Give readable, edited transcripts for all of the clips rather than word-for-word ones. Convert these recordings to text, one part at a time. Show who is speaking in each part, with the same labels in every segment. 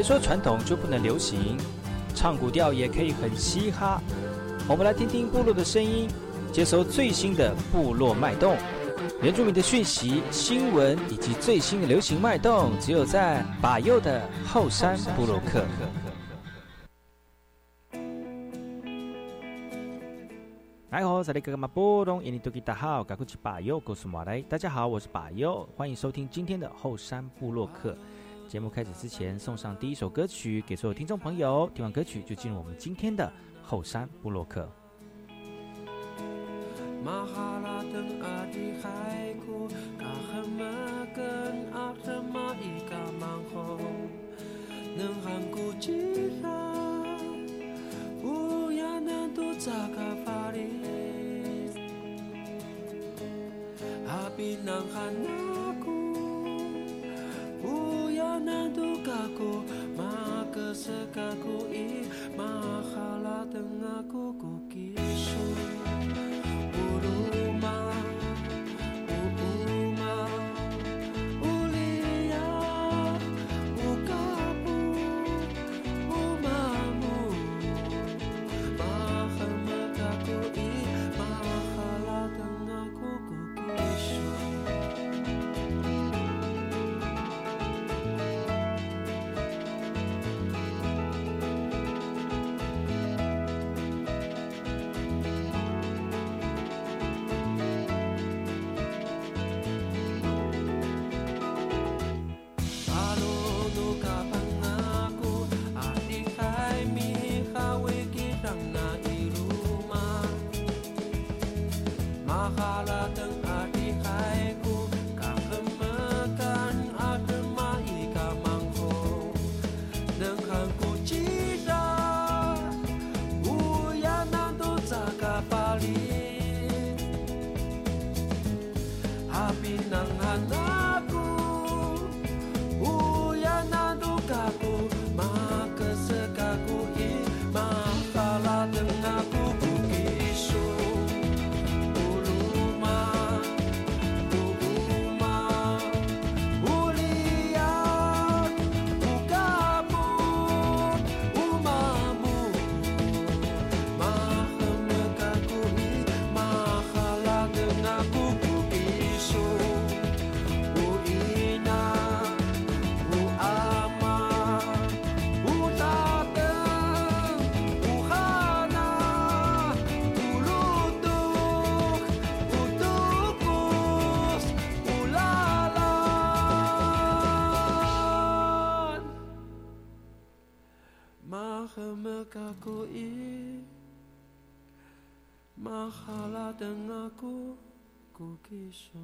Speaker 1: 说传统就不能流行？唱古调也可以很嘻哈。我们来听听部落的声音，接收最新的部落脉动、原住民的讯息、新闻以及最新的流行脉动，只有在把右的后山部落客。大家好，我是把右，欢迎收听今天的后山部落客。节目开始之前，送上第一首歌曲给所有听众朋友。听完歌曲就进入我们今天的后山部落客。
Speaker 2: Sekaku I mahala dengaku kukisu uruma uuma ulia ukapu umamu mahamakaku I mahala dengaku kukisu Aku I mahala dengaku kukisu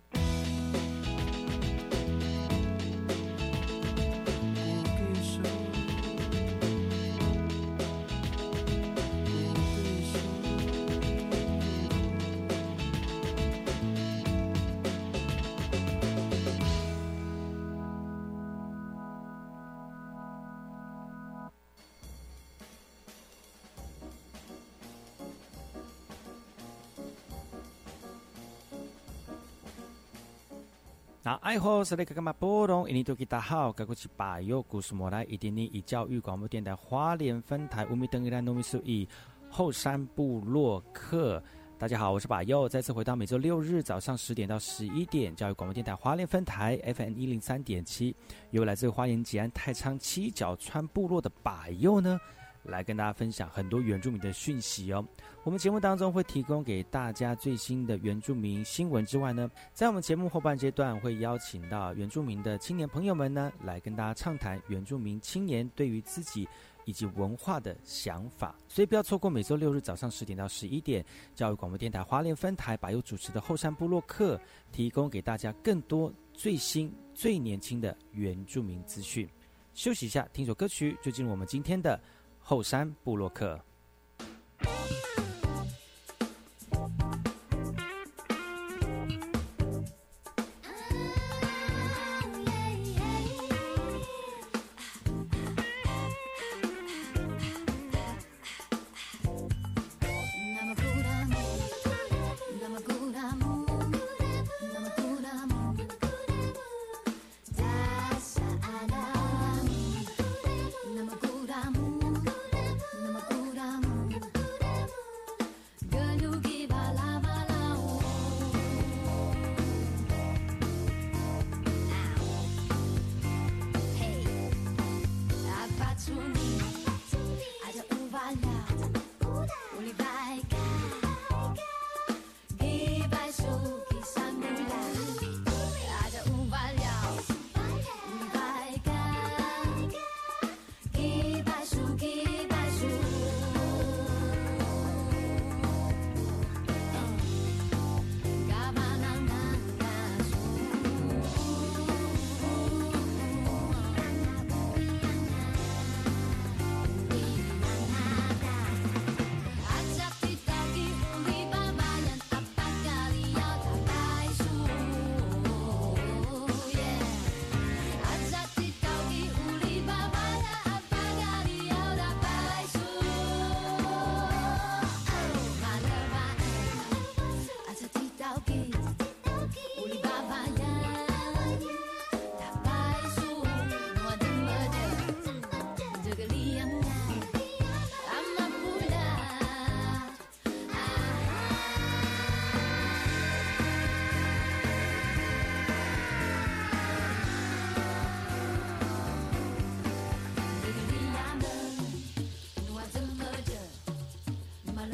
Speaker 1: 那爱好是那个嘛波隆，印尼多吉大好，该过去把右故事莫来，一点你以教育广播电台花莲分台乌米登伊兰糯米苏以后山部落客。大家好，我是把右，再次回到每周六日早上10点到11点，教育广播电台花莲分台 FM 103.7，由来自花莲吉安太仓七角川部落的把右呢，来跟大家分享很多原住民的讯息哦。我们节目当中会提供给大家最新的原住民新闻之外呢，在我们节目后半阶段会邀请到原住民的青年朋友们呢，来跟大家畅谈原住民青年对于自己以及文化的想法，所以不要错过每周六日早上10点到11点，教育广播电台花莲分台把右主持的后山部落客，提供给大家更多最新最年轻的原住民资讯。休息一下，听首歌曲，就进入我们今天的后山部落客。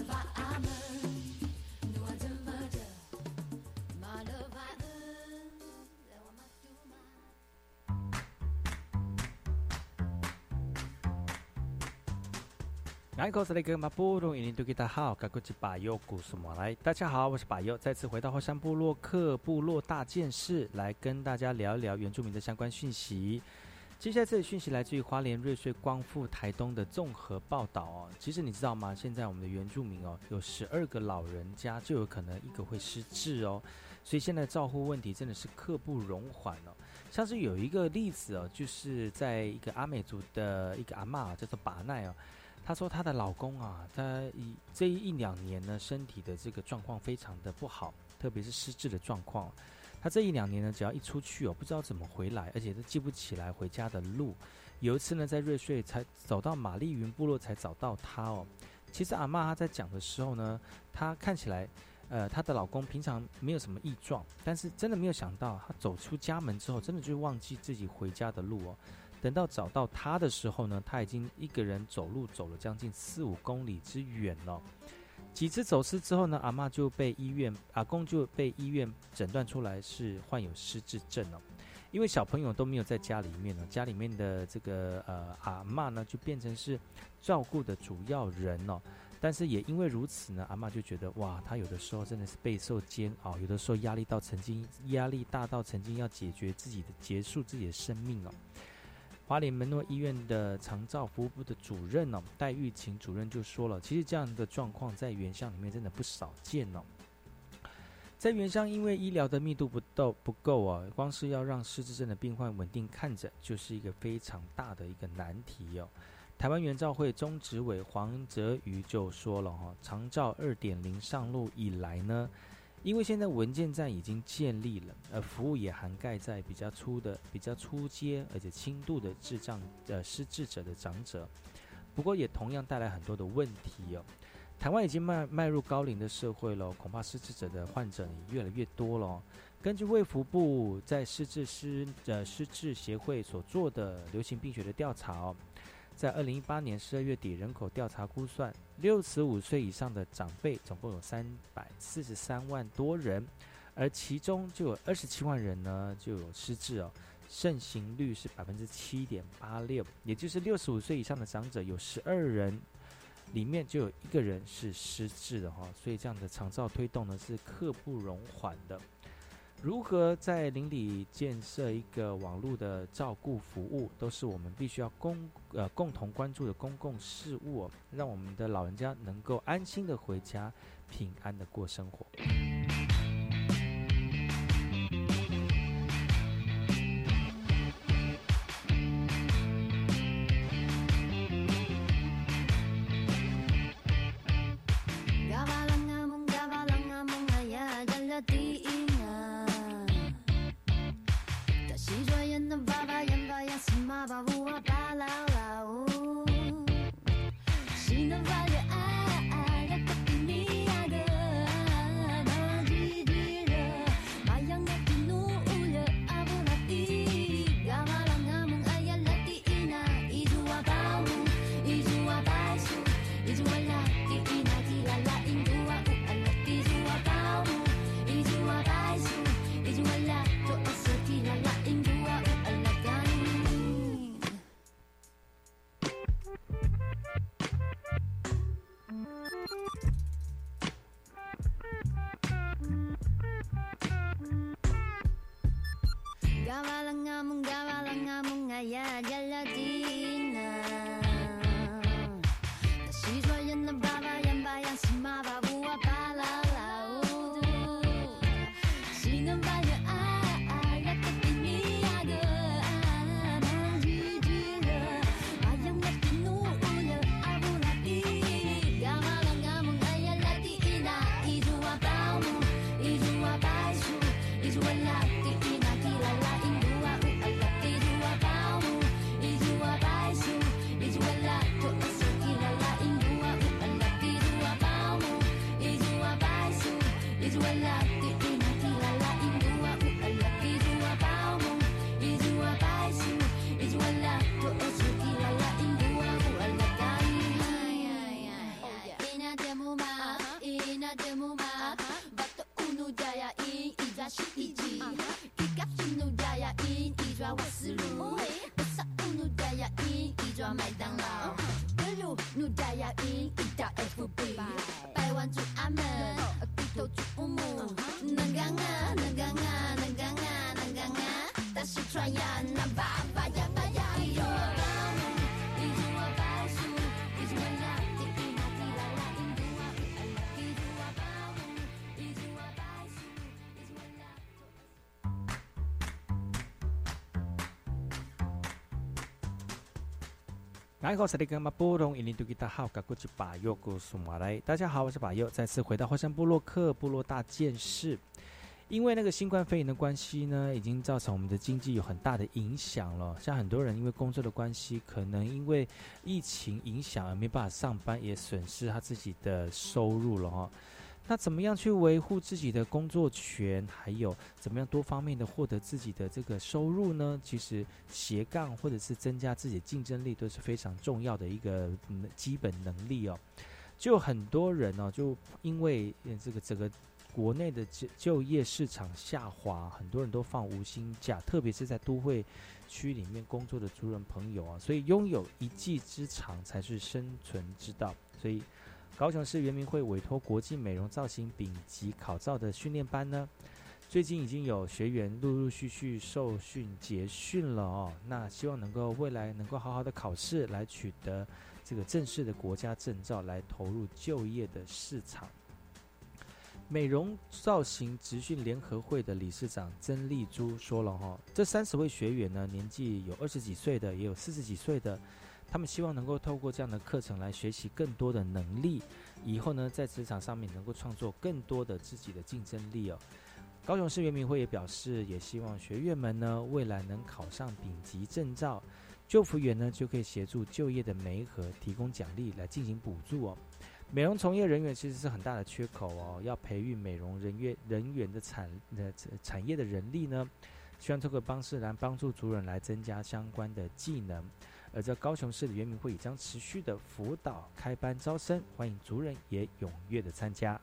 Speaker 1: 大家好，我是巴佑，再次回到后山部落客部落大件事，来跟大家聊一聊原住民的相关讯息。接下来这里讯息来自于花莲瑞穗光复台东的综合报道哦。其实你知道吗？现在我们的原住民哦，有12个老人家就有可能一个会失智哦，所以现在照护问题真的是刻不容缓哦。像是有一个例子哦，就是在一个阿美族的一个阿嬷叫做巴奈哦。她说她的老公啊，他这一两年呢，身体的这个状况非常的不好，特别是失智的状况。他这一两年呢，只要一出去哦，不知道怎么回来，而且都记不起来回家的路。有一次呢，在瑞穗才走到玛丽云部落才找到他哦。其实阿嬷她在讲的时候呢，她看起来，她的老公平常没有什么异状，但是真的没有想到，她走出家门之后，真的就忘记自己回家的路哦。等到找到他的时候呢，他已经一个人走路走了将近4-5公里之远了。几次走失之后呢，阿公就被医院诊断出来是患有失智症哦。因为小朋友都没有在家里面呢，家里面的这个阿嬷呢就变成是照顾的主要人哦。但是也因为如此呢，阿嬷就觉得哇，她有的时候真的是备受煎熬，有的时候压力大到曾经要结束自己的生命哦。花莲门诺医院的长照服务部的主任哦，戴玉琴主任就说了，其实这样的状况在原乡里面真的不少见哦。在原乡，因为医疗的密度不够哦，光是要让失智症的病患稳定看诊，就是一个非常大的一个难题哦。台湾原照会中执委黄哲瑜就说了哈，长照 2.0 上路以来呢，因为现在文件站已经建立了，而服务也涵盖在比较初阶而且轻度的失智者的长者，不过也同样带来很多的问题哦。台湾已经迈入高龄的社会了，恐怕失智者的患者也越来越多了哦。根据卫福部在失智协会所做的流行病学的调查哦，在2018年12月底人口调查估算，65岁以上的长辈总共有343万多人，而其中就有27万人呢就有失智哦，盛行率是 7.86%， 也就是65岁以上的长者有12人里面就有1个人是失智的哈，所以这样的长照推动呢是刻不容缓的。如何在邻里建设一个网络的照顾服务，都是我们必须要共同关注的公共事务哦，让我们的老人家能够安心的回家，平安的过生活。
Speaker 3: nya demuma Bato unu dayain Idra shiiji Kikap sinu dayain Idra wasilu Besa unu dayain Idra 麦当劳格鲁努dayain Idra FB 台湾住阿门地头住乌木能干啊能干啊能干啊能干啊但是传呀那爸爸呀爸呀哟
Speaker 1: 大家好，我是巴佑，再次回到华山部落客部落大件事。因为那个新冠肺炎的关系呢，已经造成我们的经济有很大的影响了。像很多人因为工作的关系，可能因为疫情影响而没办法上班，也损失他自己的收入了哦。那怎么样去维护自己的工作权，还有怎么样多方面的获得自己的这个收入呢？其实斜杠或者是增加自己的竞争力都是非常重要的一个基本能力哦。就很多人哦，就因为这个整个国内的就业市场下滑，很多人都放无薪假，特别是在都会区里面工作的族人朋友啊，所以拥有一技之长才是生存之道。所以高雄市原民会委托国际美容造型丙级考照的训练班呢，最近已经有学员陆陆续续受训结训了哦。那希望能够未来能够好好的考试，来取得这个正式的国家证照，来投入就业的市场。美容造型职训联合会的理事长曾丽珠说了哈，这30位学员呢，年纪有20几岁的，也有40几岁的。他们希望能够透过这样的课程来学习更多的能力，以后呢在职场上面能够创作更多的自己的竞争力哦。高雄市原民会也表示，也希望学员们呢未来能考上丙级证照，就服员呢就可以协助就业的媒合，提供奖励来进行补助哦。美容从业人员其实是很大的缺口哦，要培育美容人员的产业的人力呢，希望这个方式来帮助族人来增加相关的技能。而在高雄市的原民会也将持续的辅导开班招生，欢迎族人也踊跃的参加。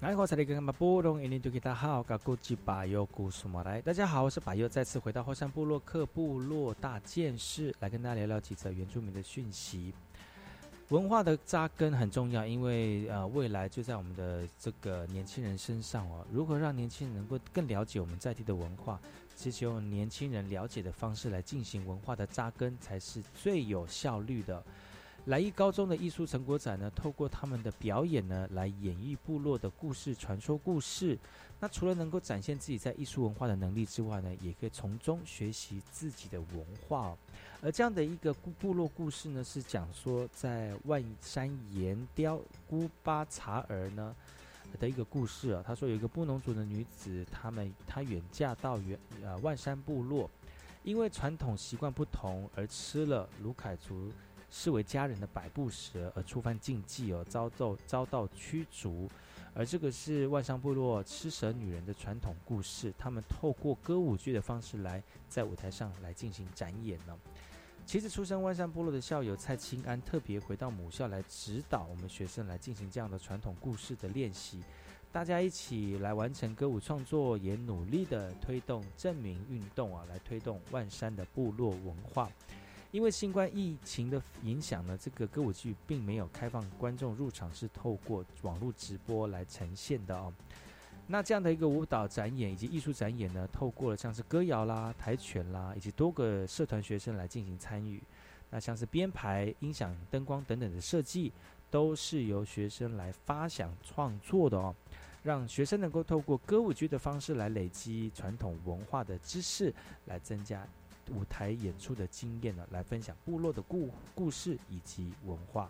Speaker 1: 大家好，我是巴佑，再次回到后山部落克部落大件事，来跟大家聊聊几则原住民的讯息。文化的扎根很重要，因为未来就在我们的这个年轻人身上哦。如何让年轻人能够更了解我们在地的文化，其实用年轻人了解的方式来进行文化的扎根，才是最有效率的。来义高中的艺术成果展呢，透过他们的表演呢，来演绎部落的故事，传说故事。那除了能够展现自己在艺术文化的能力之外呢，也可以从中学习自己的文化哦。而这样的一个部落故事呢，是讲说在万山岩雕姑巴查尔呢的一个故事啊。他说有一个布农族的女子，她远嫁到万山部落，因为传统习惯不同，而吃了卢凯族视为家人的百步蛇，而触犯禁忌哦，遭到驱逐。而这个是万山部落吃蛇女人的传统故事，他们透过歌舞剧的方式来在舞台上来进行展演呢。其实出身万山部落的校友蔡清安特别回到母校来指导我们学生来进行这样的传统故事的练习，大家一起来完成歌舞创作，也努力的推动正名运动啊，来推动万山的部落文化。因为新冠疫情的影响呢，这个歌舞剧并没有开放观众入场，是透过网络直播来呈现的哦。那这样的一个舞蹈展演以及艺术展演呢，透过了像是歌谣啦、跆拳啦，以及多个社团学生来进行参与。那像是编排、音响、灯光等等的设计，都是由学生来发想创作的哦，让学生能够透过歌舞剧的方式来累积传统文化的知识，来增加舞台演出的经验呢，来分享部落的故事以及文化。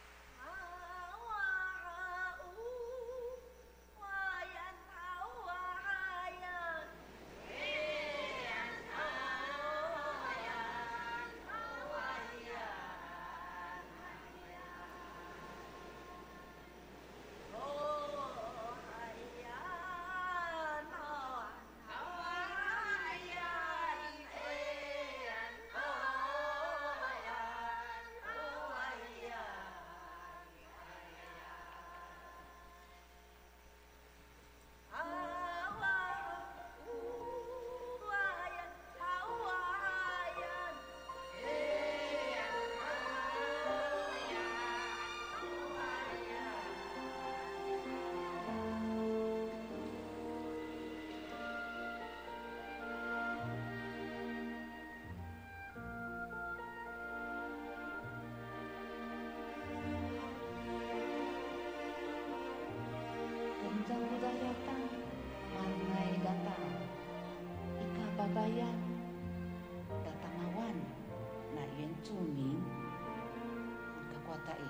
Speaker 4: Budayatan, Manay datang, ikababayan, datamawan, na Yuanzumin, ang kakwatai,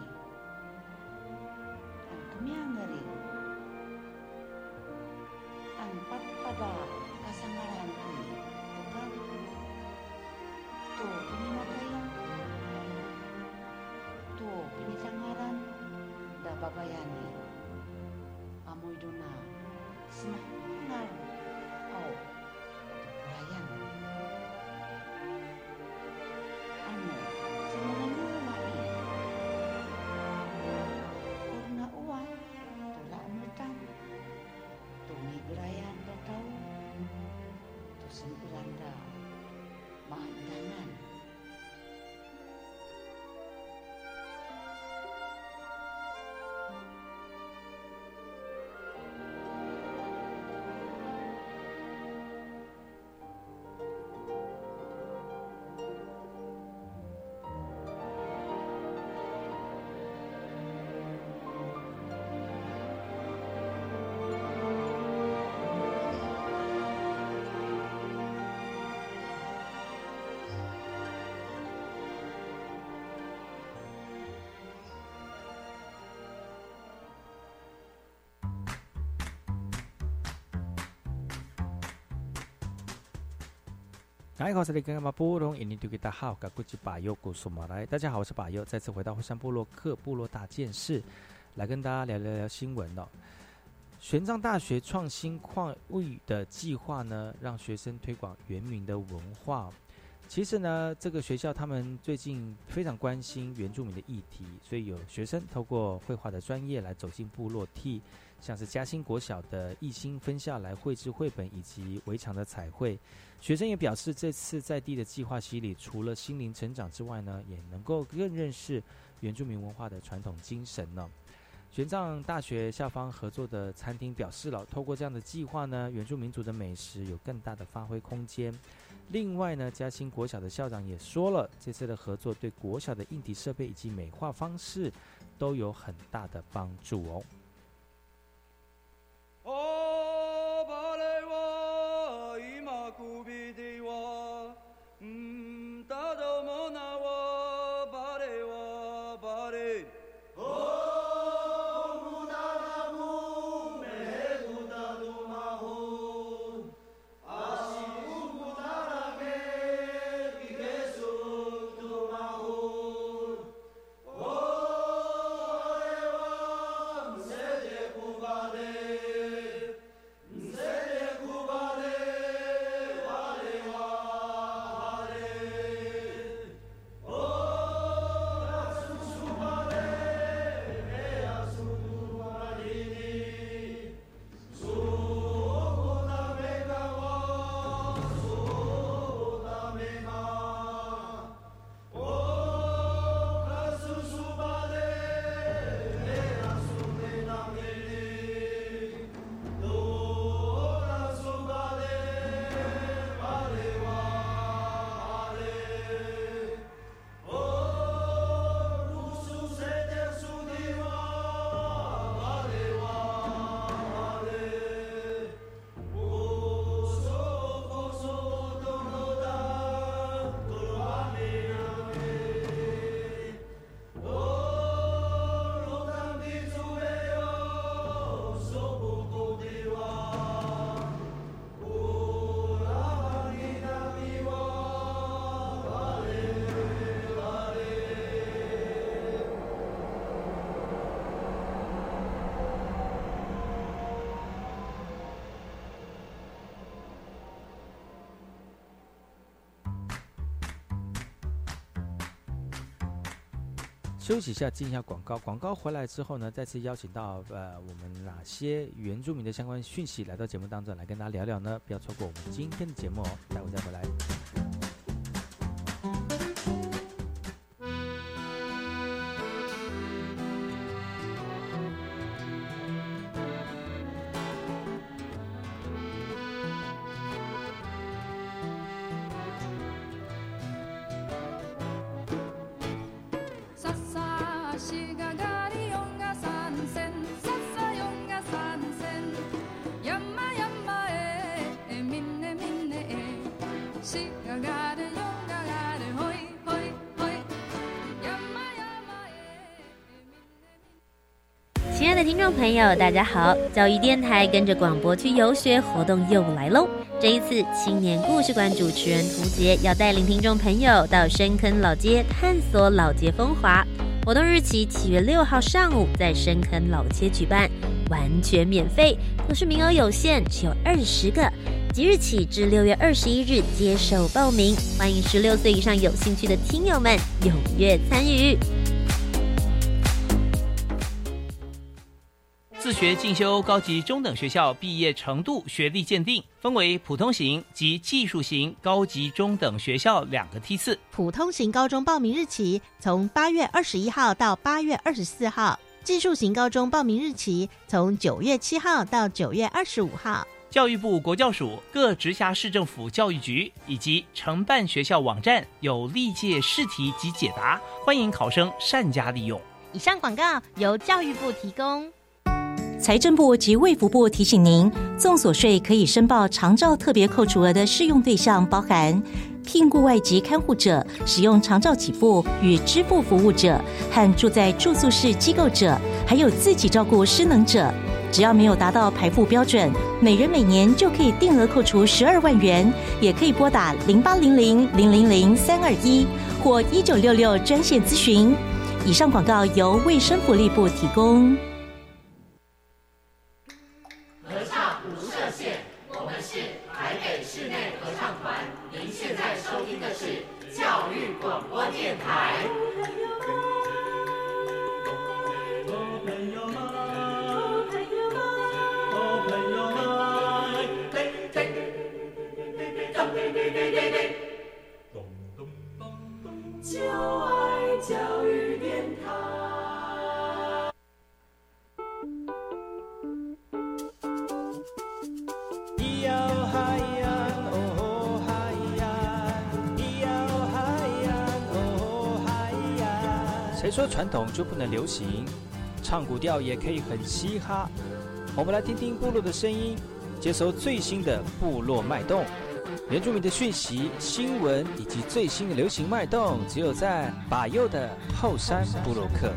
Speaker 4: ang kumiyangari, ang patpada kasangaran ni bukan to pinimakayan, to pinisangaran, da babayani. Amoy doon na semangat Ryan ano sa mga nulai kurna uwan tula umutan tungig Ryan na tao to sempuranda maandangan
Speaker 1: 大家好，我是巴佑，再次回到后山部落克部落大件事，来跟大家聊聊新闻哦。玄奘大学创新矿域的计划呢，让学生推广原民的文化。其实呢，这个学校他们最近非常关心原住民的议题，所以有学生透过绘画的专业来走进部落，替像是嘉兴国小的义兴分校来绘制绘本以及围墙的彩绘。学生也表示，这次在地的计划洗礼，除了心灵成长之外呢，也能够更认识原住民文化的传统精神呢。玄奘大学校方合作的餐厅表示了，透过这样的计划呢，原住民族的美食有更大的发挥空间。另外呢，嘉兴国小的校长也说了，这次的合作对国小的硬体设备以及美化方式都有很大的帮助哦。休息一下，进一下广告。广告回来之后呢，再次邀请到我们哪些原住民的相关讯息来到节目当中来跟大家聊聊呢？不要错过我们今天的节目哦，待会再回来。
Speaker 5: 亲爱的听众朋友，大家好！教育电台跟着广播去游学活动又来喽！这一次，青年故事馆主持人涂杰要带领听众朋友到深坑老街探索老街风华。活动日期7月6号上午在深坑老街举办，完全免费，可是名额有限，只有20个。即日起至6月21日接受报名，欢迎16岁以上有兴趣的听友们踊跃参与。
Speaker 6: 自学进修高级中等学校毕业程度学历鉴定，分为普通型及技术型高级中等学校2个梯次。
Speaker 7: 普通型高中报名日期从8月21号到8月24号，技术型高中报名日期从9月7号到9月25号。
Speaker 6: 教育部国教署各直辖市政府教育局以及承办学校网站有历届试题及解答，欢迎考生善加利用。
Speaker 7: 以上广告由教育部提供。
Speaker 8: 财政部及卫福部提醒您，综所税可以申报长照特别扣除额的适用对象包含聘雇外籍看护者、使用长照给付与支付服务者和住在住宿式机构者，还有自己照顾失能者。只要没有达到排付标准，每人每年就可以定额扣除12万元，也可以拨打0800-000-321或1966专线咨询。以上广告由卫生福利部提供。
Speaker 9: 合唱无设限，我们是台北室内合唱团。您现在收听的是教育广播电台。朋友们， 就爱教育电台。
Speaker 1: 谁说传统就不能流行？唱古调也可以很嘻哈。我们来听听部落的声音，接收最新的部落脉动。原住民的讯息、新闻以及最新的流行脉动，只有在把右的后山部落克。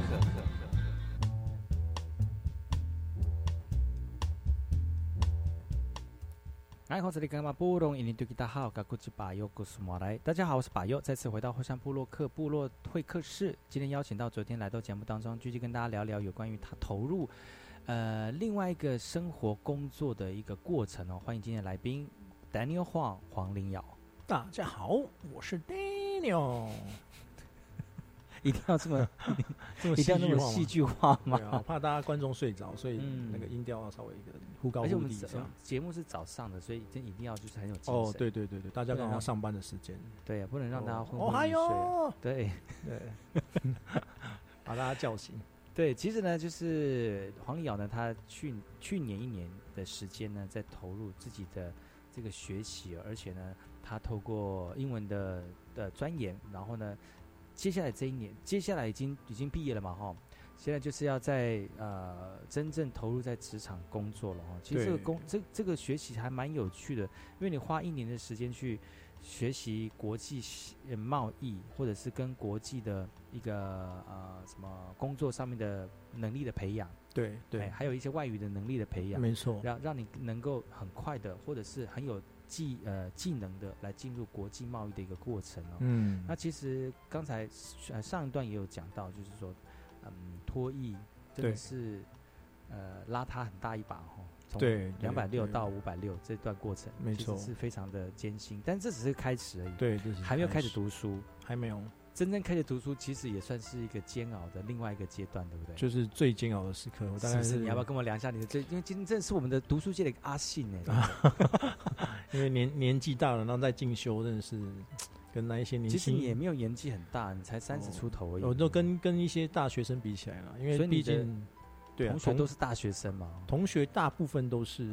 Speaker 1: 大家好，我是把右，再次回到后山部落克部落会客室。今天邀请到昨天来到节目当中，继续跟大家聊聊有关于他投入另外一个生活工作的一个过程哦。欢迎今天的来宾 Daniel 黄林尧。
Speaker 10: 大家好，我是 Daniel。
Speaker 1: 一定要这么一定要那么戏剧化吗？
Speaker 10: 对啊，怕大家观众睡着，所以那个音调要稍微一个忽高忽低。而且我
Speaker 1: 们节目是早上的，所以一定要就是很有精神。
Speaker 10: 哦，对对对对，大家刚好上班的时间。
Speaker 1: 对，不能让大家昏昏欲睡。对
Speaker 10: 对，把大家叫醒。
Speaker 1: 对，其实呢，就是黄林尧呢，他去年一年的时间呢，在投入自己的这个学习，而且呢，他透过英文的钻研，然后呢。接下来这一年，接下来已经毕业了嘛，哈，现在就是要在真正投入在职场工作了哈。其实这个学习还蛮有趣的，因为你花1年的时间去学习国际贸易，或者是跟国际的一个什么工作上面的能力的培养，
Speaker 10: 对对，
Speaker 1: 还有一些外语的能力的培养，
Speaker 10: 没错，
Speaker 1: 让你能够很快的，或者是很有技能的来进入国际贸易的一个过程哦。那其实刚才上一段也有讲到，就是说，脱役真的是拉他很大一把哈。从260到560这段过程，
Speaker 10: 没错，
Speaker 1: 是非常的艰辛，但这只是开始而已。
Speaker 10: 对，就是
Speaker 1: 还没有开始读书，
Speaker 10: 还没有
Speaker 1: 真正开始读书，其实也算是一个煎熬的另外一个阶段，对不对？
Speaker 10: 就是最煎熬的时刻。我大概
Speaker 1: 是你要不要跟我聊一下你的因为今天真的是我们的读书界的一个阿信
Speaker 10: 因为年纪大了，然后再进修，真的是跟那一些年轻。
Speaker 1: 其实你也没有年纪很大，你才30出头而已。
Speaker 10: 我都跟一些大学生比起来了，因为毕竟。对啊，
Speaker 1: 同学都是大学生嘛？
Speaker 10: 同学大部分都是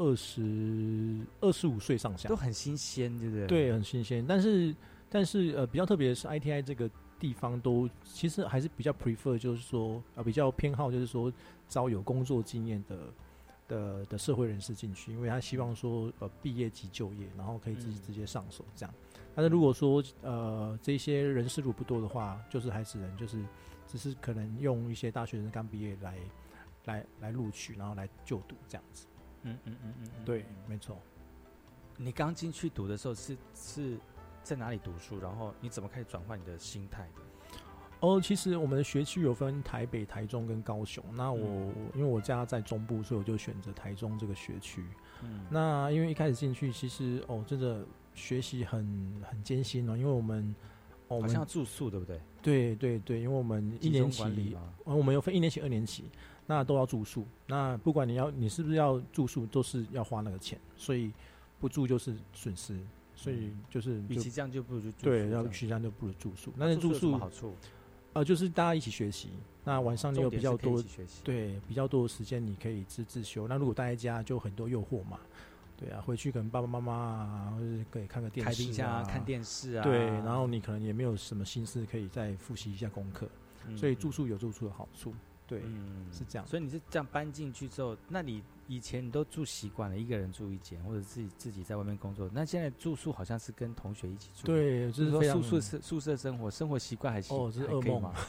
Speaker 10: 25岁上下，
Speaker 1: 都很新鲜，对不对？
Speaker 10: 对，很新鲜。但是比较特别的是 ITI 这个地方都其实还是比较 prefer， 就是说比较偏好就是说招有工作经验的社会人士进去，因为他希望说毕业即就业，然后可以直接上手这样。但是如果说这些人士如果不多的话，就是还只能就是只是可能用一些大学生刚毕业来录取，然后来就读这样子。对，没错。
Speaker 1: 你刚进去读的时候是在哪里读书？然后你怎么开始转换你的心态的？
Speaker 10: 其实我们的学区有分台北、台中跟高雄。那因为我家在中部，所以我就选择台中这个学区。那因为一开始进去，其实真的学习很艰辛哦，因为我们
Speaker 1: 好像要住宿，对不对？
Speaker 10: 对对对，因为我们1年期，我们有分1年期、2年期，那都要住宿。那不管你是不是要住宿，都是要花那个钱，所以不住就是损失。所以与
Speaker 1: 其这样就不如住宿。
Speaker 10: 对，与其这样就不如住宿。但是住宿
Speaker 1: 有什么好处？
Speaker 10: 就是大家一起学习。那晚上你有比较多比较多的时间，你可以自修。那如果待在家，就很多诱惑嘛。对啊，回去可能爸爸妈妈啊，或者可以看个电视啊，
Speaker 1: 开冰箱看电视啊。
Speaker 10: 对，然后你可能也没有什么心思可以再复习一下功课，所以住宿有住宿的好处。对，是这样。
Speaker 1: 所以你是这样搬进去之后，那你以前你都住习惯了，一个人住一间，或者自己在外面工作。那现在住宿好像是跟同学一起住。
Speaker 10: 对，就是
Speaker 1: 说宿舍生活习惯还行。
Speaker 10: 这是噩梦嘛？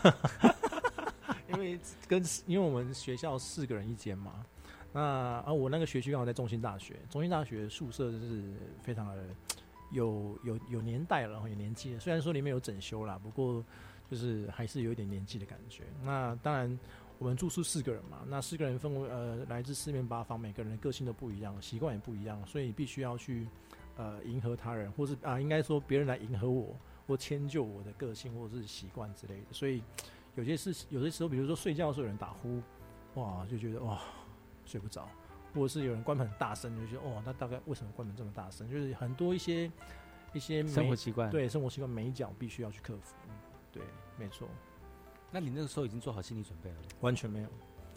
Speaker 10: 因为我们学校4个人一间嘛。那我那个学区刚好在中兴大学，中兴大学宿舍就是非常的有年代了，然后有年纪了。虽然说里面有整修啦，不过就是还是有一点年纪的感觉。那当然，我们住宿4个人嘛，那4个人分为来自4面8方，每个人的个性都不一样，习惯也不一样，所以你必须要去迎合他人，或是应该说别人来迎合我，或迁就我的个性或者是习惯之类的。所以有些时候，比如说睡觉的时候有人打呼，哇，就觉得哇。睡不着， 或者是有人关门很大声，就觉得那大概为什么关门这么大声？就是很多一些
Speaker 1: 生活习惯，
Speaker 10: 对生活习惯每一角必须要去克服。对，没错。
Speaker 1: 那你那个时候已经做好心理准备了？
Speaker 10: 完全没有，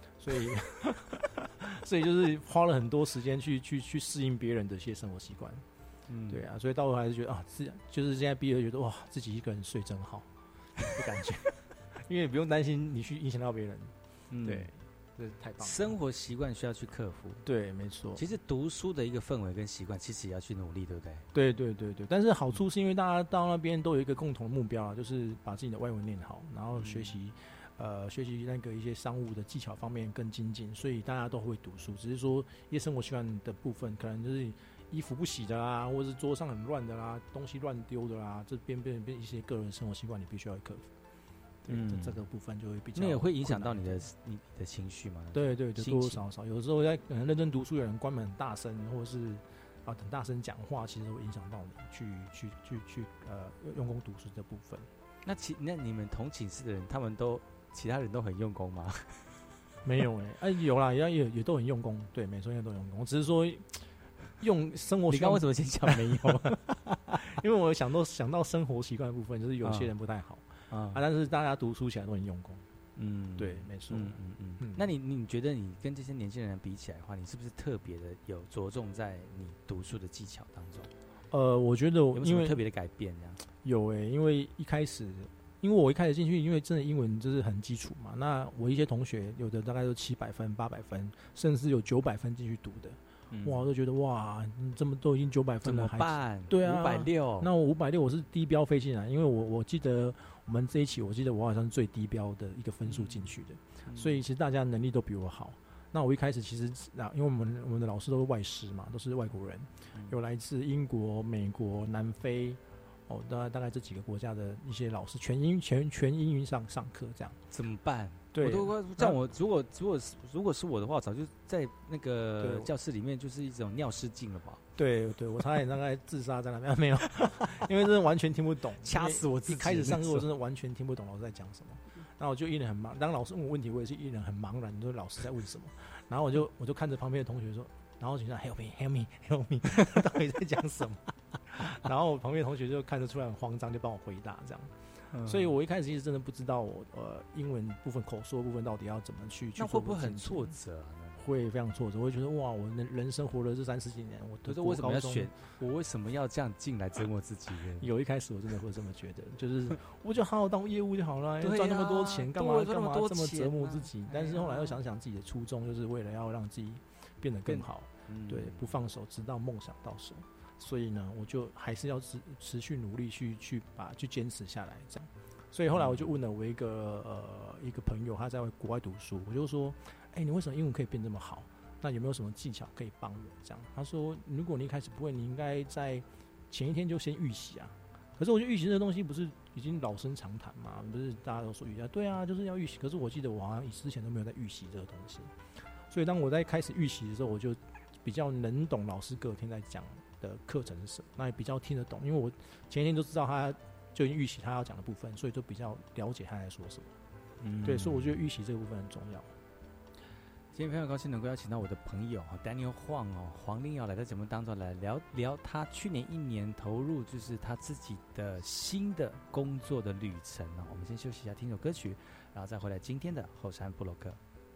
Speaker 10: 所以就是花了很多时间去适应别人的一些生活习惯。对啊，所以到后来还是觉得就是现在毕业觉得哇，自己一个人睡真好的感觉，因为不用担心你去影响到别人。对，这太棒了。
Speaker 1: 生活习惯需要去克服。
Speaker 10: 对，没错。
Speaker 1: 其实读书的一个氛围跟习惯，其实也要去努力，对不对？
Speaker 10: 对。但是好处是因为大家到那边都有一个共同的目标啊，就是把自己的外文念好，然后学习那个一些商务的技巧方面更精进，所以大家都会读书。只是说一些生活习惯的部分，可能就是衣服不洗的啦，或者是桌上很乱的啦，东西乱丢的啦，这边一些个人生活习惯，你必须要克服。这个部分就会比较，
Speaker 1: 那也会影响到你的情绪嘛？
Speaker 10: 对，多多少少，有的时候在可能认真读书，有人关门很大声，或者是很大声讲话，其实会影响到你去用功读书这部分。
Speaker 1: 那你们同寝室的人，其他人都很用功吗？
Speaker 10: 没有有啦，也都很用功，对，没错，应该都很用功，只是说用生活习惯。
Speaker 1: 你刚为什么先讲没有？
Speaker 10: 因为我想到生活习惯的部分，就是有些人不太好。但是大家读书起来都很用功。对，没错。
Speaker 1: 那你觉得你跟这些年轻人比起来的话，你是不是特别的有着重在你读书的技巧当中？
Speaker 10: 我觉得
Speaker 1: 有没有什么特别的改变这样？
Speaker 10: 有因为我一开始进去，因为真的英文就是很基础嘛。那我一些同学有的大概都700分、800分，甚至有900分进去读的。哇，我就觉得哇，你这么都已经900分了，
Speaker 1: 怎么办？
Speaker 10: 对啊
Speaker 1: ，560。
Speaker 10: 那我560我是低标飞进来，因为我记得我们这一期，我记得我好像是最低标的一个分数进去的，所以其实大家能力都比我好。那我一开始其实因为我们的老师都是外师嘛，都是外国人，有来自英国、美国、南非。大概这几个国家的一些老师全英语上课，这样
Speaker 1: 怎么办？
Speaker 10: 对，
Speaker 1: 如果是我的话，早就在那个教室里面就是一种尿失禁了吧？
Speaker 10: 对，我差点大概自杀在那边，没有，因为真的完全听不懂，
Speaker 1: 掐死我自己。
Speaker 10: 一开始上课我真的完全听不懂老师在讲什么，然后我就一脸很茫，当老师问我问题，我也是一脸很茫然，就是老师在问什么，然后我就看着旁边的同学说，然后就想 help me， 到底在讲什么？然后旁边的同学就看得出来很慌张，就帮我回答这样。所以我一开始其实真的不知道我英文部分、口说部分到底要怎么去做。
Speaker 1: 那会不会很挫折啊？
Speaker 10: 会非常挫折，我会觉得哇，我人生活了这30几年，我
Speaker 1: 为什么要我为什么要这样进来折磨自己呢？
Speaker 10: 有一开始我真的会这么觉得，就是我就好好当业务就好了，赚那么多钱干嘛这么折磨自己？但是后来又想想自己的初衷，就是为了要让自己变得更好，对，不放手，直到梦想到手。所以呢，我就还是要持续努力去坚持下来，这样。所以后来我就问了我一个朋友，他在国外读书，我就说，你为什么英文可以变这么好？那有没有什么技巧可以帮我？这样，他说，如果你一开始不会，你应该在前一天就先预习啊。可是我觉得预习这个东西不是已经老生常谈嘛？不是大家都说预习？对啊，就是要预习。可是我记得我好像之前都没有在预习这个东西。所以当我在开始预习的时候，我就比较能懂老师隔天在讲的课程是什么，那也比较听得懂，因为我前一天就知道他就已经预习他要讲的部分，所以就比较了解他在说什么。对，所以我觉得预习这个部分很重要。
Speaker 1: 今天非常高兴能够邀请到我的朋友Daniel Huang黄令尧来到节目当中来聊聊他去年1年投入就是他自己的新的工作的旅程我们先休息一下，听首歌曲，然后再回来今天的后山部落客。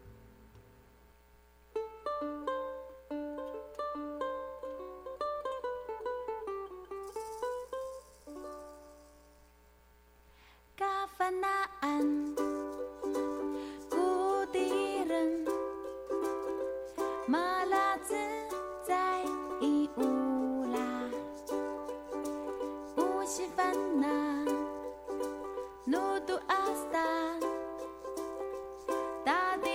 Speaker 3: Kafanaan故地人马拉自在义乌啦乌西凡那努杜阿斯达大地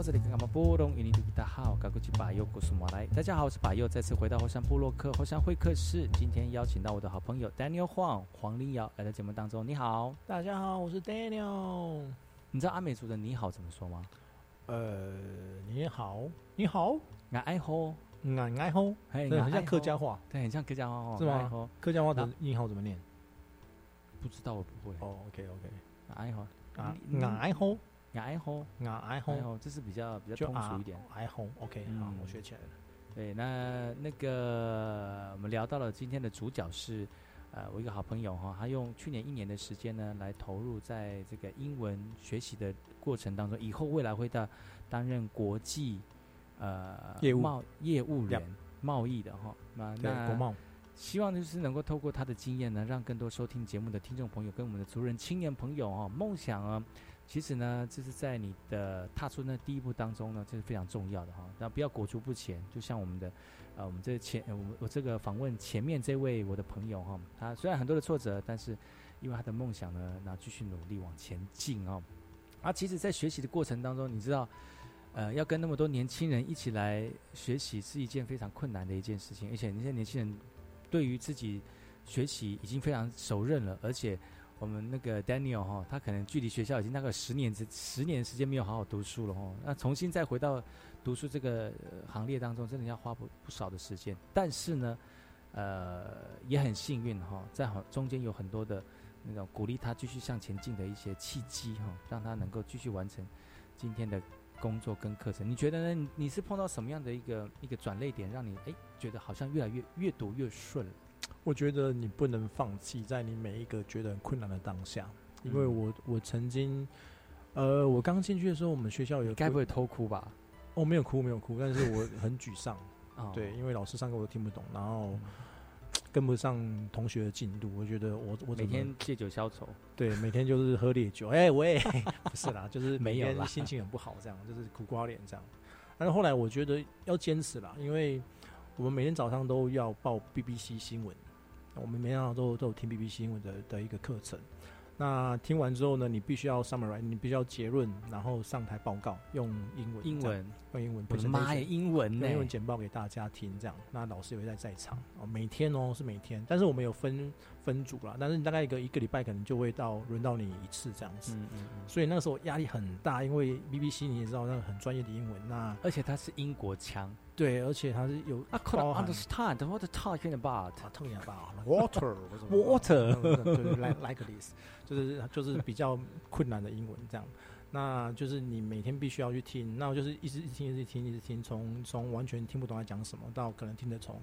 Speaker 1: 这里干嘛波隆印尼土大号，高古吉巴佑古苏马来。大家好，我是巴佑，再次回到后山部落客后山会客室。今天邀请到我的好朋友 Daniel Huang 黄林瑶来到节目当中。你好，
Speaker 10: 大家好，我是 Daniel。
Speaker 1: 你知道阿美族的你好怎么说吗？
Speaker 10: 你好，你好，
Speaker 1: 俺爱吼，
Speaker 10: 俺爱吼，很像客家话，
Speaker 1: 对，很像客家话哦，
Speaker 10: 是吗？客家话的你好怎么念？
Speaker 1: 不知道，我不会。
Speaker 10: 哦 ，OK，
Speaker 1: 俺爱吼，
Speaker 10: 俺爱吼。
Speaker 1: 爱吼，
Speaker 10: 爱吼，
Speaker 1: 这是比较通俗一点。
Speaker 10: 爱吼 ，OK， 好，我学起来了。
Speaker 1: 对，那个我们聊到了今天的主角是，我一个好朋友哈，他用去年1年的时间呢，来投入在这个英文学习的过程当中，以后未来会担任国际业务员、贸易的哈。那
Speaker 10: 国贸。
Speaker 1: 希望就是能够透过他的经验呢，让更多收听节目的听众朋友跟我们的族人青年朋友哈，梦想啊。其实呢，就是在你的踏出那第一步当中呢，这是非常重要的哈。那不要裹足不前，就像我们的，我们我这个访问前面这位我的朋友哈，他虽然很多的挫折，但是因为他的梦想呢，那继续努力往前进哦。其实，在学习的过程当中，你知道，要跟那么多年轻人一起来学习，是一件非常困难的一件事情，而且那些年轻人对于自己学习已经非常熟稔了，而且。我们那个 Daniel 哈，他可能距离学校已经大概10年的时间没有好好读书了哈，那重新再回到读书这个行列当中，真的要花不少的时间。但是呢，也很幸运哈，在中间有很多的那种鼓励他继续向前进的一些契机哈，让他能够继续完成今天的工作跟课程。你觉得呢？你是碰到什么样的一个转捩点，让你觉得好像越来越读越顺了？
Speaker 10: 我觉得你不能放弃在你每一个觉得很困难的当下，因为我曾经，我刚进去的时候，我们学校有，
Speaker 1: 该不会偷哭吧？
Speaker 10: 哦，没有哭，但是我很沮丧，对，因为老师上课我都听不懂，然后跟不上同学的进度，我觉得我
Speaker 1: 每天借酒消愁，
Speaker 10: 对，每天就是喝烈酒，不是啦，就是每天心情很不好，这样就是苦瓜脸这样。但是后来我觉得要坚持啦，因为我们每天早上都要报 BBC 新闻。我们每天都有听 BBC 新闻的一个课程，那听完之后呢，你必须要 summarize， 你必须要结论，然后上台报告，用英文，
Speaker 1: 我的妈呀，英文呢，
Speaker 10: 用英文简报给大家听，这样，那老师也会在场，每天是每天，但是我们有分组啦，但是你大概一个礼拜可能就会轮到你一次这样子，所以那个时候压力很大，因为 BBC 你也知道那个很专业的英文，那
Speaker 1: 而且它是英国腔。
Speaker 10: 对，而且它是有
Speaker 1: I couldn't understand what they're talking about.
Speaker 10: Talking about water, 就是 like this， 就是比较困难的英文这样。那就是你每天必须要去听，那我就是一直听，从完全听不懂在讲什么，到可能听得懂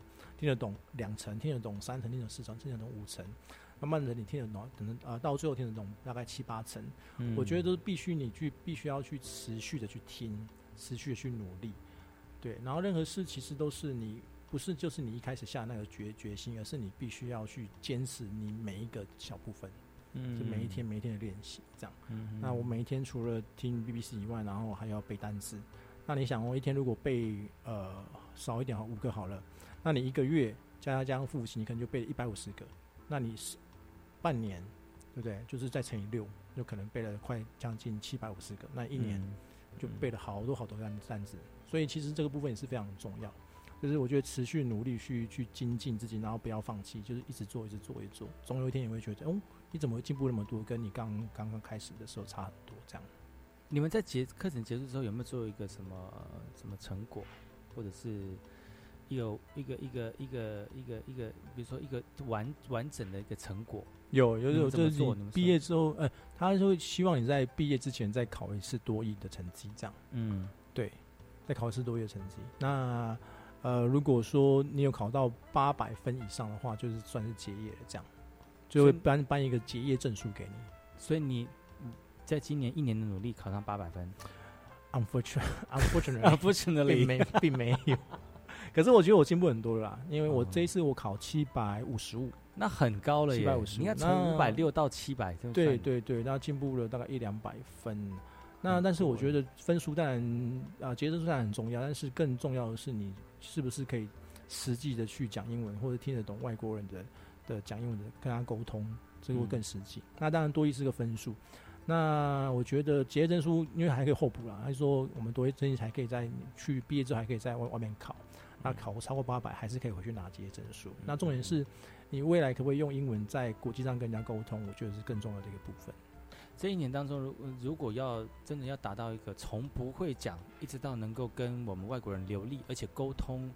Speaker 10: 2成，听得懂3成，听得懂4成，听得懂5成，慢慢的你听得懂，可能到最后听得懂大概7、8成。我觉得都是必须要去持续的去听，持续的去努力。对，然后任何事其实都是你不是就是你一开始下那个决心，而是你必须要去坚持你每一个小部分，就每一天的练习这样。那我每一天除了听 BBC 以外，然后还要背单字。那你想，我一天如果背少一点5个好了，那你1个月加上复习，你可能就背了150个。那你半年，对不对？就是再乘以6，就可能背了快将近750个。那1年就背了好多单字。所以其实这个部分也是非常重要，就是我觉得持续努力去精进自己，然后不要放弃，就是一直做，总有一天也会觉得，你怎么会进步那么多，跟你刚刚开始的时候差很多这样。
Speaker 1: 你们在课程结束之后有没有做一个什么成果，或者是一个，比如说一个完整的一个成果？有，
Speaker 10: 就是你毕业之后，他就会希望你在毕业之前再考一次多益的成绩这样。对。在考试多益的成绩，那如果说你有考到800分以上的话，就是算是结业了，这样就会颁一个结业证书给你。
Speaker 1: 所以你在今年1年的努力考上800分
Speaker 10: ，unfortunately 并没有。可是我觉得我进步很多了啦，因为我这一次我考755，
Speaker 1: 那很高了耶！750，你看从560到700，
Speaker 10: 对，那进步了大概100-200分。那但是我觉得分数当然结业证书当然很重要，但是更重要的是你是不是可以实际的去讲英文，或者听得懂外国人的讲英文的跟他沟通，这个会更实际。那当然多益是个分数， 那我觉得结业证书因为还可以候补啦，他说我们多益证还可以在去毕业之后还可以在外面考，那考超过800还是可以回去拿结业证书。那重点是你未来可不可以用英文在国际上跟人家沟通，我觉得是更重要的一个部分。
Speaker 1: 这一年当中，如果要真的要达到一个从不会讲一直到能够跟我们外国人流利而且沟通，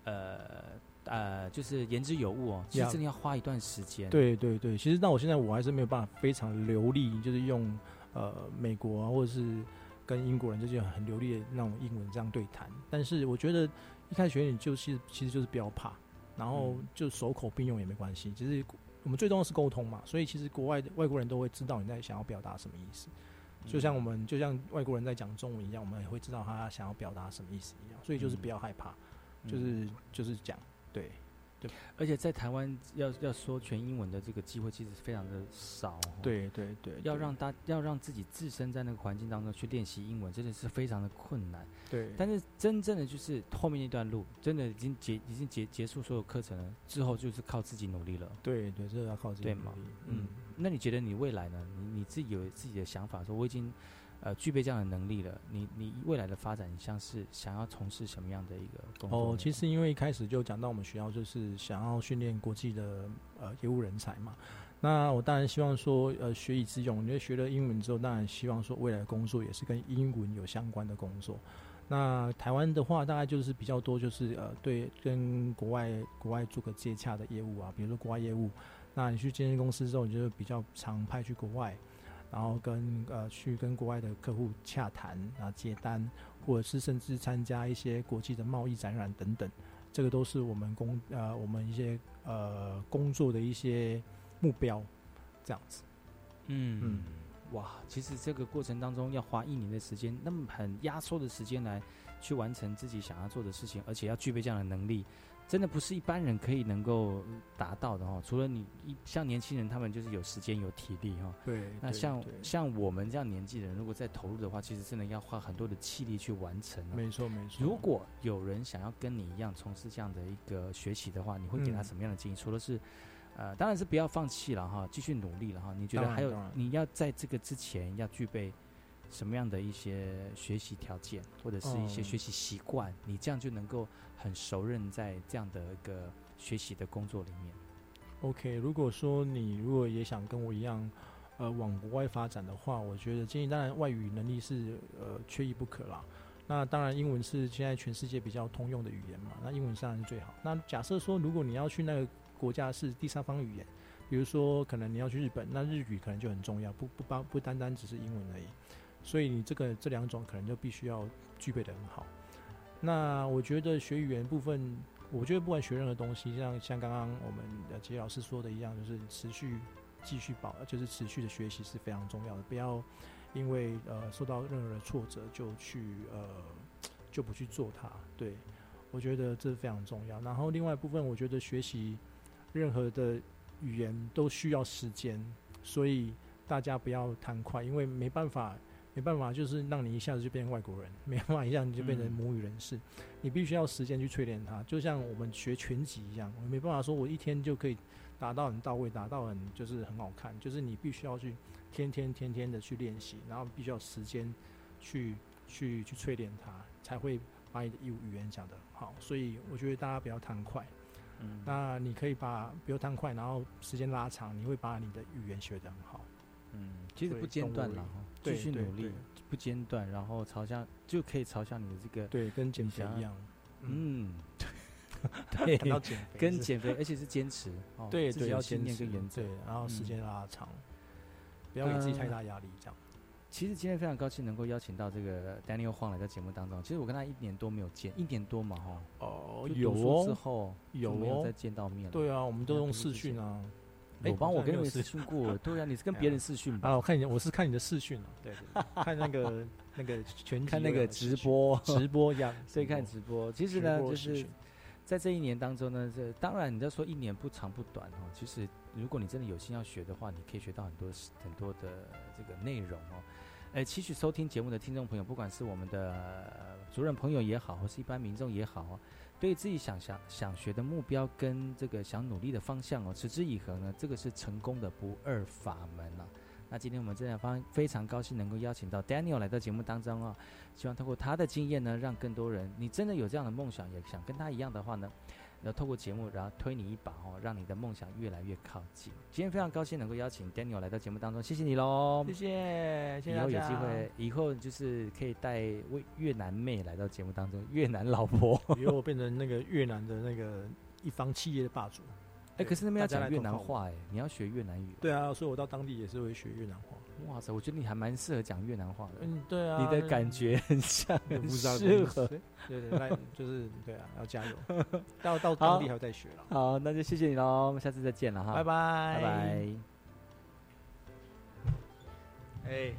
Speaker 1: 就是言之有物哦，其实真的要花一段时间。
Speaker 10: 对对对，其实到我现在我还是没有办法非常流利，就是用美国啊或者是跟英国人就是很流利的那种英文这样对谈。但是我觉得一开始学你其实就是不要怕，然后就手口并用也没关系。其实我们最重要的是沟通嘛，所以其实国外的外国人都会知道你在想要表达什么意思。就像外国人在讲中文一样，我们也会知道他想要表达什么意思一样。所以就是不要害怕，就是讲。对，
Speaker 1: 而且在台湾要说全英文的这个机会其实非常的少、哦。
Speaker 10: 对对对，
Speaker 1: 要让自己置身在那个环境当中去练习英文，真的是非常的困难。
Speaker 10: 对，
Speaker 1: 但是真正的就是后面那段路，真的已经结束所有课程了之后，就是靠自己努力了。
Speaker 10: 对对，这要靠自己努力。
Speaker 1: 对嘛？那你觉得你未来呢？你自己有自己的想法，说我已经具备这样的能力了，你未来的发展像是想要从事什么样的一个工作？
Speaker 10: 其实因为一开始就讲到我们学校就是想要训练国际的业务人才嘛，那我当然希望说学以致用，因为学了英文之后，当然希望说未来的工作也是跟英文有相关的工作。那台湾的话，大概就是比较多就是对跟国外做个接洽的业务啊，比如说国外业务，那你去建设公司之后，你就比较常派去国外。然后去跟国外的客户洽谈啊接单，或者是甚至参加一些国际的贸易展览等等，这个都是我们一些工作的一些目标，这样子。
Speaker 1: 哇，其实这个过程当中要花1年的时间，那么很压缩的时间来去完成自己想要做的事情，而且要具备这样的能力。真的不是一般人可以能够达到的哦。除了你像年轻人，他们就是有时间有体力哈。
Speaker 10: 对。
Speaker 1: 那像我们这样年纪的人，如果再投入的话，其实真的要花很多的气力去完成。
Speaker 10: 没错没错。
Speaker 1: 如果有人想要跟你一样从事这样的一个学习的话，你会给他什么样的建议？除了是当然是不要放弃了哈，继续努力了哈。你觉得还有你要在这个之前要具备什么样的一些学习条件，或者是一些学习习惯，你这样就能够很熟稔在这样的一个学习的工作里面。
Speaker 10: OK， 如果说你也想跟我一样，往国外发展的话，我觉得建议当然外语能力是缺一不可啦。那当然英文是现在全世界比较通用的语言嘛，那英文当然是最好。那假设说如果你要去那个国家是第三方语言，比如说可能你要去日本，那日语可能就很重要，不单单只是英文而已。所以你这两种可能就必须要具备得很好。那我觉得学语言部分，我觉得不管学任何东西，像刚刚我们的杰老师说的一样，就是持续的学习是非常重要的，不要因为受到任何的挫折就不去做它。对，我觉得这是非常重要。然后另外一部分，我觉得学习任何的语言都需要时间，所以大家不要贪快，因为没办法，就是让你一下子就变成外国人，没办法一下子就变成母语人士。你必须要时间去淬炼它，就像我们学拳击一样，我没办法说我一天就可以打到很到位，打到就是很好看，就是你必须要去天天的去练习，然后必须要时间去淬炼它，才会把你的语言讲得很好。所以我觉得大家不要贪快。那你可以不要贪快，然后时间拉长，你会把你的语言学得很好。
Speaker 1: 其实不间断了，继续努力，不间断，然后就可以朝向你的这个
Speaker 10: 对，跟减肥一样。
Speaker 1: 对，跟减肥，而且是坚持。
Speaker 10: 对，要
Speaker 1: 信念跟原则，
Speaker 10: 对，然后时间拉长，不要给自己太大压力，这样。
Speaker 1: 其实今天非常高兴能够邀请到这个 Daniel Huang 来到节目当中。其实我跟他1年多没有见，1年多嘛哈。
Speaker 10: 有
Speaker 1: 哦，之后就没有再见到面了。
Speaker 10: 对啊，我们都用视讯啊。
Speaker 1: 我跟你视讯过，对啊，你是跟别人视讯吧？
Speaker 10: 我是看你的视讯啊，对，看那个拳击，
Speaker 1: 看那个直播
Speaker 10: 一样，
Speaker 1: 所以看直播。其实呢，就是在这1年当中呢，当然你要说1年不长不短哈。其实如果你真的有心要学的话，你可以学到很多的这个内容哦。期许收听节目的听众朋友，不管是我们的主任朋友也好，或是一般民众也好，对自己想学的目标跟这个想努力的方向持之以恒呢，这个是成功的不二法门啊。 那今天我们真的非常高兴能够邀请到 Daniel 来到节目当中哦，希望透过他的经验呢，让更多人，你真的有这样的梦想，也想跟他一样的话呢，然后透过节目，然后推你一把哦，让你的梦想越来越靠近。今天非常高兴能够邀请 Daniel 来到节目当中，谢谢你喽，
Speaker 10: 谢谢，谢谢
Speaker 1: 以后有
Speaker 10: 大家。
Speaker 1: 机会，以后就是可以带越南妹来到节目当中，越南老婆，
Speaker 10: 以后我变成那个越南的那个一方企业的霸主。
Speaker 1: 可是那边要讲越南
Speaker 10: 大家来投靠
Speaker 1: 话你要学越南语。
Speaker 10: 对啊，所以我到当地也是会学越南话。
Speaker 1: 哇塞，我觉得你还蛮适合讲越南话的。
Speaker 10: 对啊，
Speaker 1: 你的感觉很像，很适合。
Speaker 10: 对，就是对啊，要加油。到当地还要再学了。
Speaker 1: 好，那就谢谢你喽，我们下次再见了哈，
Speaker 10: 拜拜，
Speaker 1: 拜拜。
Speaker 10: 哎。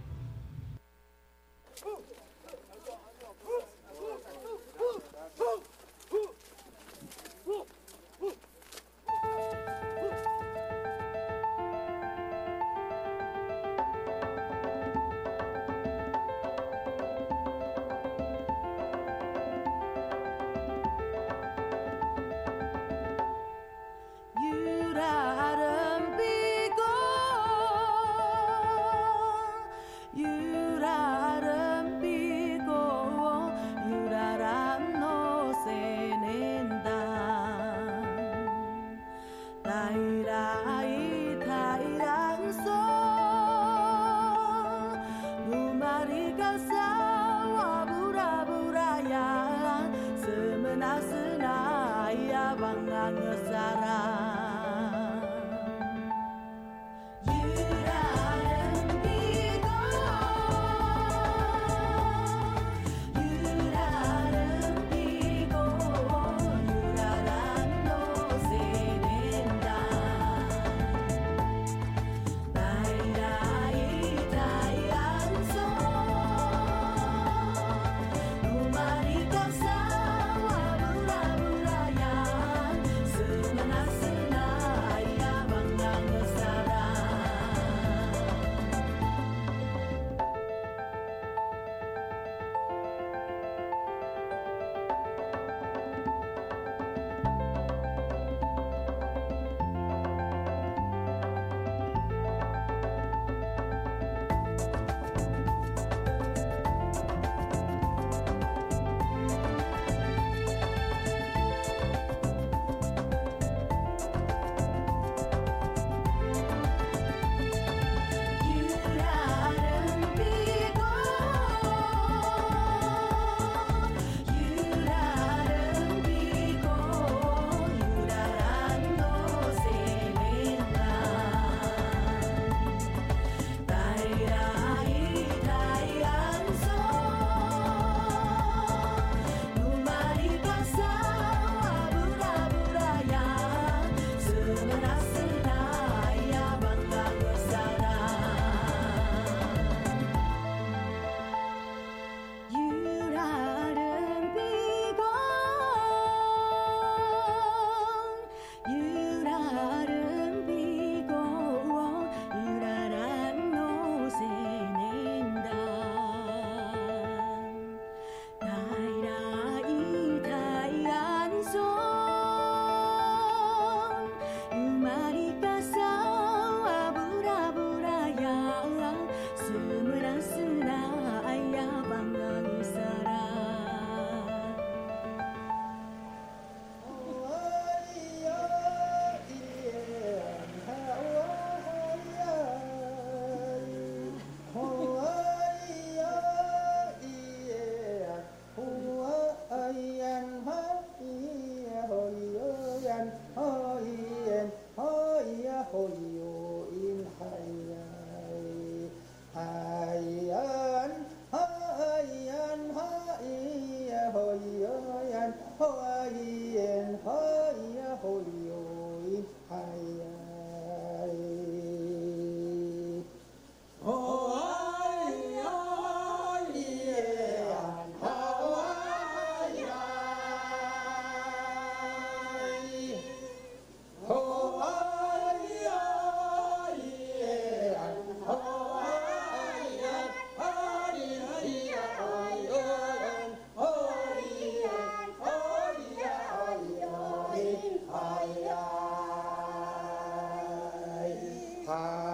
Speaker 11: 啊。